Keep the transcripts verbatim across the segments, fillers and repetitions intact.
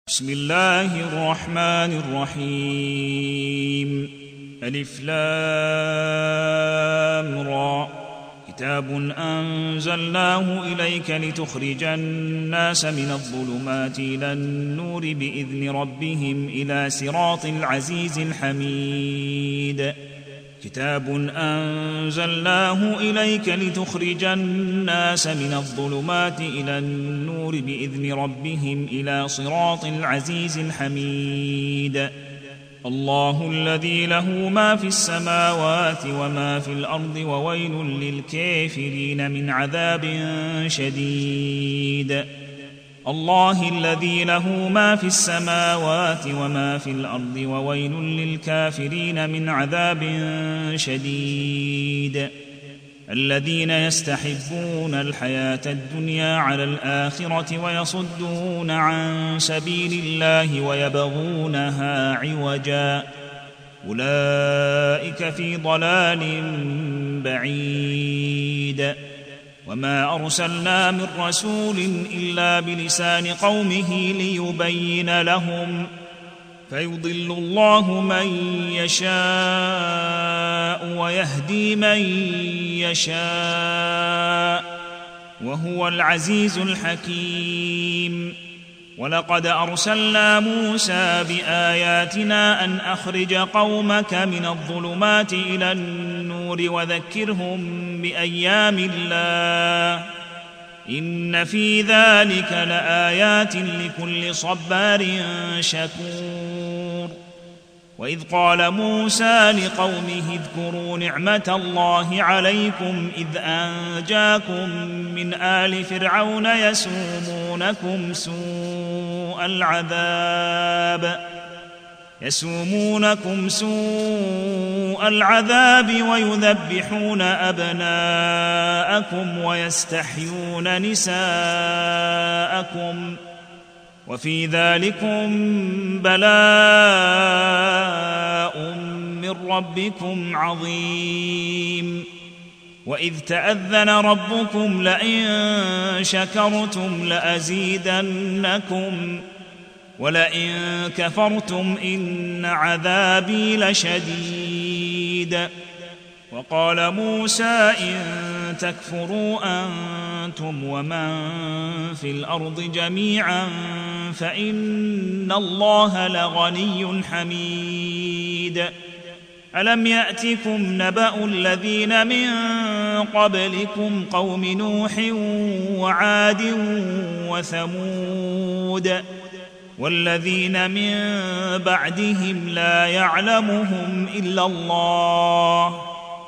بسم الله الرحمن الرحيم. ألف لام را. كتاب أنزلناه إليك لتخرج الناس من الظلمات إلى النور بإذن ربهم إلى صراط العزيز الحميد. كتاب أنزلناه إليك لتخرج الناس من الظلمات إلى النور بإذن ربهم إلى صراط العزيز الحميد. الله الذي له ما في السماوات وما في الأرض وويل للكافرين من عذاب شديد. الله الذي له ما في السماوات وما في الأرض وويل للكافرين من عذاب شديد. الذين يستحبون الحياة الدنيا على الآخرة ويصدون عن سبيل الله ويبغونها عوجا أولئك في ضلال بعيد. وما أرسلنا من رسول إلا بلسان قومه ليبين لهم فيضل الله من يشاء ويهدي من يشاء وهو العزيز الحكيم. ولقد أرسلنا موسى بآياتنا أن أخرج قومك من الظلمات إلى النور وذكرهم بأيام الله إن في ذلك لآيات لكل صبار شكور. وإذ قال موسى لقومه اذكروا نعمة الله عليكم إذ أنجاكم من آل فرعون يسومونكم سوء العذاب يسومونكم سوء العذاب ويذبحون أبناءكم ويستحيون نساءكم وفي ذلكم بلاء من ربكم عظيم. وإذ تأذن ربكم لئن شكرتم لأزيدنكم ولئن كفرتم إن عذابي لشديد. وقال موسى إن تكفروا أنتم ومن في الأرض جميعا فإن الله لغني حميد. ألم يأتكم نبأ الذين من قبلكم قوم نوح وعاد وثمود والذين من بعدهم لا يعلمهم إلا الله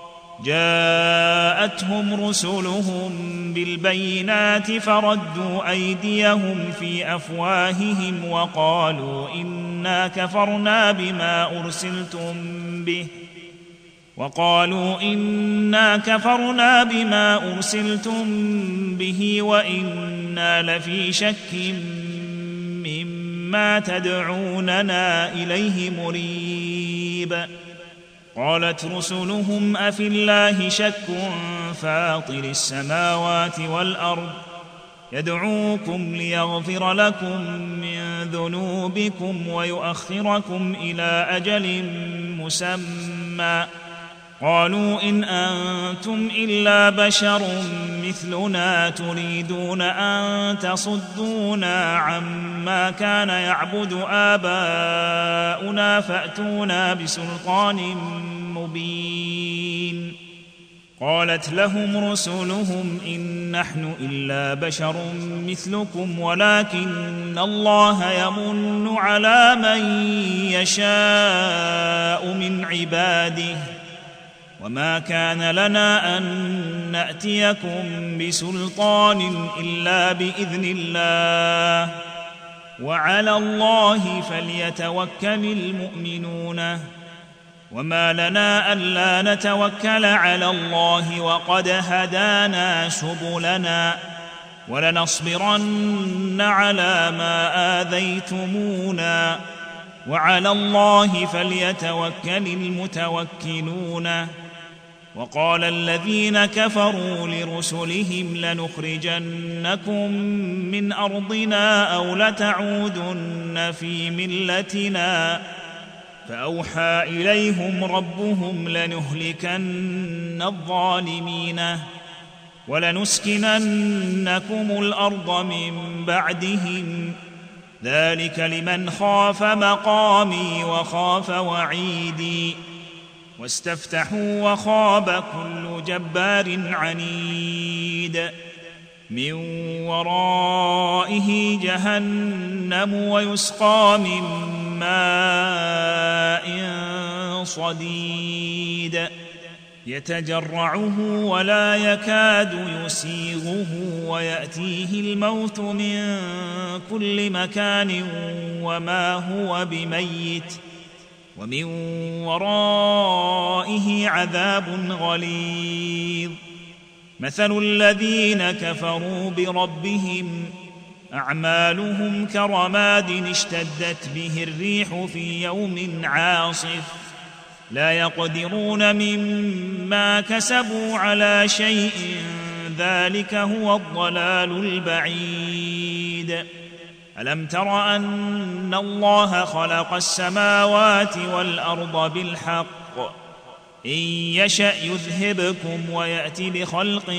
جاءتهم رسلهم بالبينات فردوا أيديهم في أفواههم وقالوا إنا كفرنا بما أرسلتم به وقالوا إنا كفرنا بما أرسلتم به وإنا لفي شك مما تدعوننا إليه مريب. قالت رسلهم أفي الله شك فاطر السماوات والأرض يدعوكم ليغفر لكم من ذنوبكم ويؤخركم إلى أجل مسمى قالوا إن أنتم إلا بشر مثلنا تريدون أن تصدونا عما كان يعبد آباؤنا فأتونا بسلطان مبين. قالت لهم رسلهم إن نحن إلا بشر مثلكم ولكن الله يمن على من يشاء من عباده وما كان لنا أن نأتيكم بسلطان إلا بإذن الله وعلى الله فليتوكل المؤمنون. وما لنا ألا نتوكل على الله وقد هدانا سبلنا ولنصبرن على ما آذيتمونا وعلى الله فليتوكل المتوكلون. وقال الذين كفروا لرسلهم لنخرجنكم من أرضنا أو لتعودن في ملتنا فأوحى إليهم ربهم لنهلكن الظالمين ولنسكننكم الأرض من بعدهم ذلك لمن خاف مقامي وخاف وعيدي واستفتحوا وخاب كل جبار عنيد من ورائه جهنم ويسقى من ماء صديد يتجرعه ولا يكاد يسيغه ويأتيه الموت من كل مكان وما هو بميت ومن ورائه عذاب غليظ مثل الذين كفروا بربهم أعمالهم كرماد اشتدت به الريح في يوم عاصف لا يقدرون مما كسبوا على شيء ذلك هو الضلال البعيد ألم تر أن الله خلق السماوات والأرض بالحق إن يشأ يذهبكم ويأتي بخلق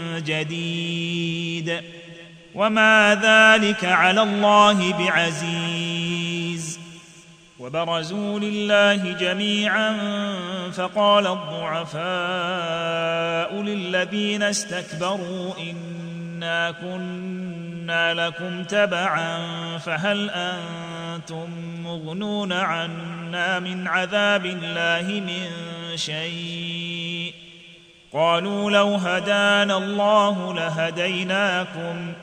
جديد وما ذلك على الله بعزيز وبرزوا لله جميعا فقال الضعفاء للذين استكبروا إنا كنا لكم تبعا فهل أنتم مغنون عنا من عذاب الله من شيء قالوا لو هدانا الله لهديناكم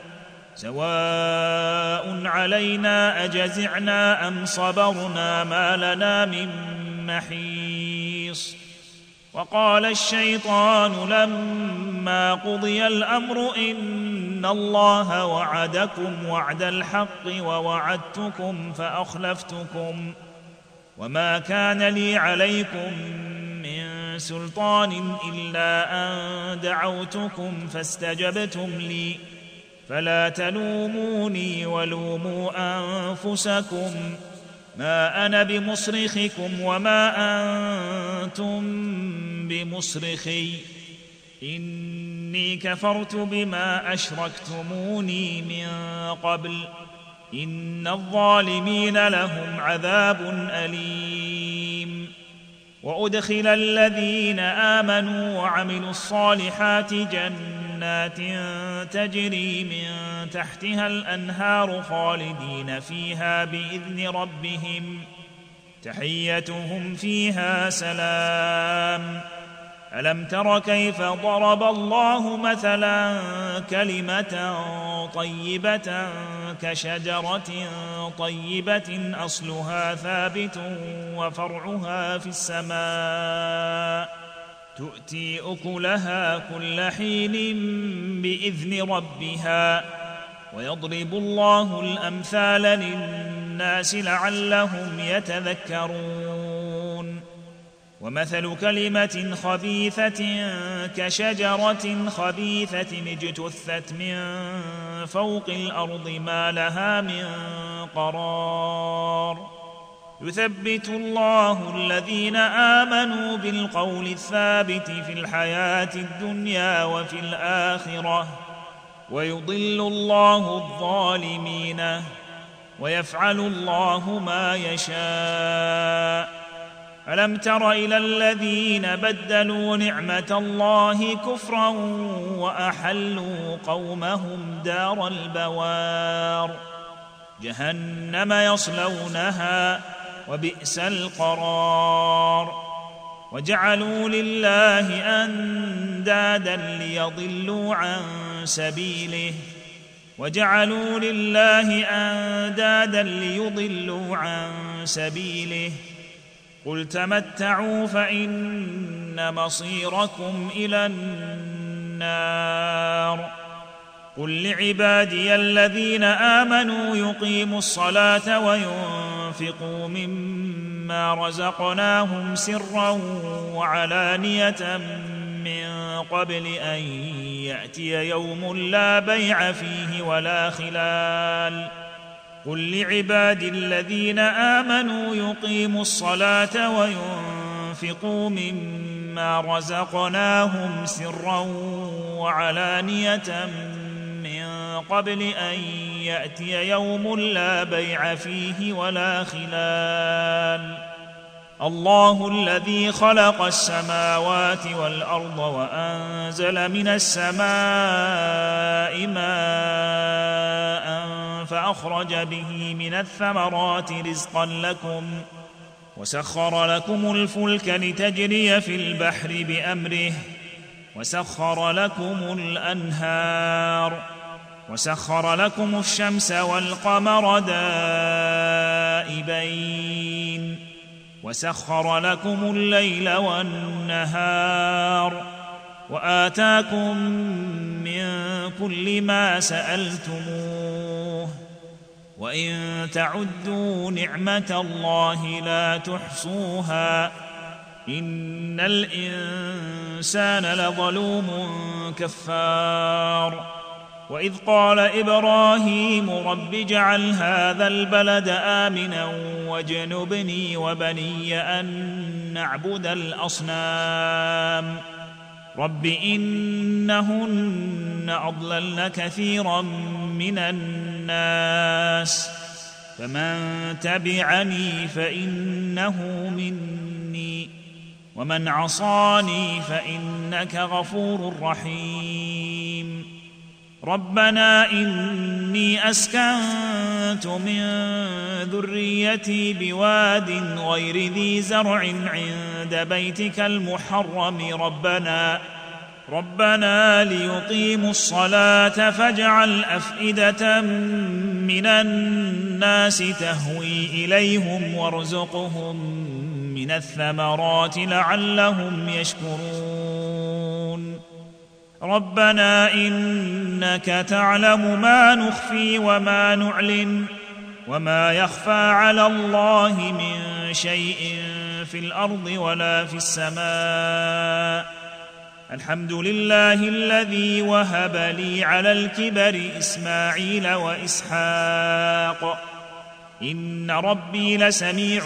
سواء علينا أجزعنا أم صبرنا ما لنا من محيص وقال الشيطان لما قضي الأمر إن الله وعدكم وعد الحق ووعدتكم فأخلفتكم وما كان لي عليكم من سلطان إلا أن دعوتكم فاستجبتم لي فلا تلوموني ولوموا أنفسكم ما أنا بمصرخكم وما أنتم بمصرخي إني كفرت بما أشركتموني من قبل إن الظالمين لهم عذاب أليم وأدخل الذين آمنوا وعملوا الصالحات جنات تجري من تحتها الأنهار خالدين فيها بإذن ربهم تحيتهم فيها سلام ألم تر كيف ضرب الله مثلا كلمة طيبة كشجرة طيبة أصلها ثابت وفرعها في السماء تؤتي أكلها كل حين بإذن ربها ويضرب الله الأمثال للناس لعلهم يتذكرون ومثل كلمة خبيثة كشجرة خبيثة اجتثت من فوق الأرض ما لها من قرار يثبت الله الذين آمنوا بالقول الثابت في الحياة الدنيا وفي الآخرة ويضل الله الظالمين ويفعل الله ما يشاء ألم تر إلى الذين بدلوا نعمة الله كفرا وأحلوا قومهم دار البوار جهنم يصلونها وبئس القرار وجعلوا لله أندادا ليضلوا عن سبيله وجعلوا لله أندادا ليضلوا عن سبيله قل تمتعوا فإن مصيركم إلى النار قل لعبادي الذين آمنوا يقيموا الصلاة وينفقوا مما رزقناهم سرا وعلانية من قبل أن يأتي يوم لا بيع فيه ولا خلال قل لعبادي الذين آمنوا يقيموا الصلاة وينفقوا مما رزقناهم سرا وعلانية من قبل أن يأتي يوم لا بيع فيه ولا خلال الله الذي خلق السماوات والأرض وأنزل من السماء ماء فأخرج به من الثمرات رزقا لكم وسخر لكم الفلك لتجري في البحر بأمره وسخر لكم الأنهار وسخر لكم الشمس والقمر دائبين وسخر لكم الليل والنهار وآتاكم من كل ما سألتموه وإن تعدوا نعمة الله لا تحصوها إن الإنسان لظلوم كفار وإذ قال إبراهيم رب اجعل هذا البلد آمنا واجنبني وبني أن نعبد الأصنام رب إنهن أضللن كثيرا من الناس فمن تبعني فإنه مني ومن عصاني فإنك غفور رحيم ربنا إني أسكنت من ذريتي بواد غير ذي زرع عند بيتك المحرم ربنا ربنا ليقيموا الصلاة فاجعل أفئدة من الناس تهوي إليهم وارزقهم من الثمرات لعلهم يشكرون ربنا إنك تعلم ما نخفي وما نعلن وما يخفى على الله من شيء في الأرض ولا في السماء الحمد لله الذي وهب لي على الكبر إسماعيل وإسحاق إن ربي لسميع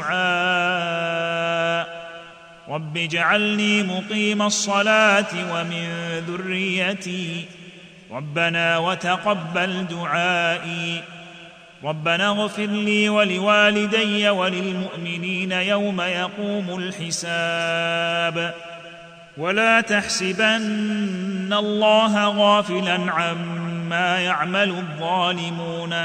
الدعاء رب اجعلني مقيم الصلاة ومن ذريتي ربنا وتقبل دعائي ربنا اغفر لي ولوالدي وللمؤمنين يوم يقوم الحساب ولا تحسبن الله غافلا عما يعمل الظالمون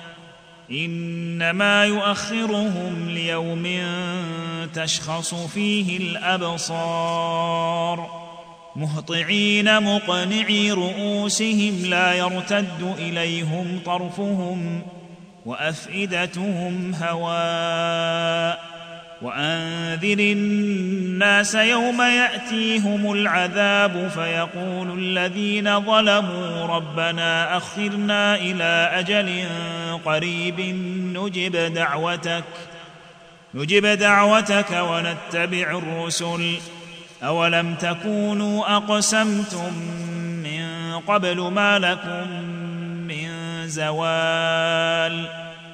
إنما يؤخرهم ليوم تشخص فيه الأبصار مهطعين مقنعي رؤوسهم لا يرتد إليهم طرفهم وأفئدتهم هواء وأنذر الناس يوم يأتيهم العذاب فيقول الذين ظلموا ربنا أخرنا إلى أجل قريب نجب دعوتك نجب دعوتك ونتبع الرسل أولم تكونوا أقسمتم من قبل ما لكم من زوال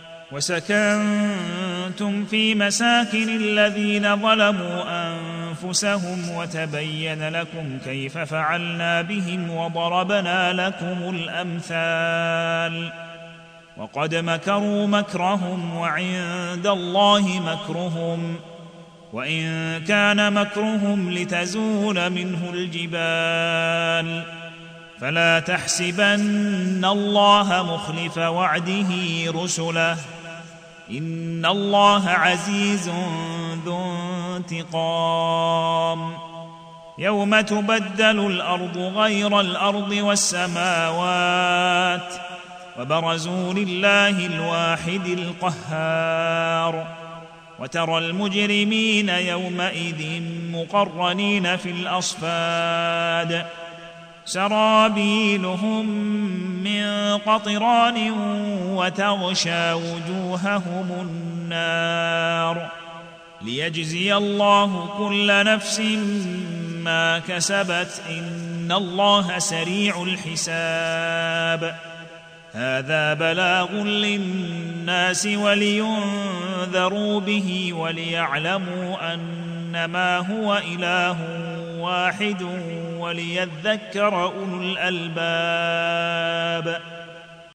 وسكنتم في مساكن الذين ظلموا أنفسهم وتبين لكم كيف فعلنا بهم وضربنا لكم الأمثال وقد مكروا مكرهم وعند الله مكرهم وإن كان مكرهم لتزول منه الجبال فلا تحسبن الله مخلف وعده رسله إن الله عزيز ذو انتقام يوم تبدل الأرض غير الأرض والسماوات وبرزوا لله الواحد القهار وترى المجرمين يومئذ مقرنين في الأصفاد سرابيلهم من قطران وتغشى وجوههم النار ليجزي الله كل نفس ما كسبت إن الله سريع الحساب. هذا بلاغ للناس ولينذروا به وليعلموا أنما هو إله واحد وليذكر أولو الألباب.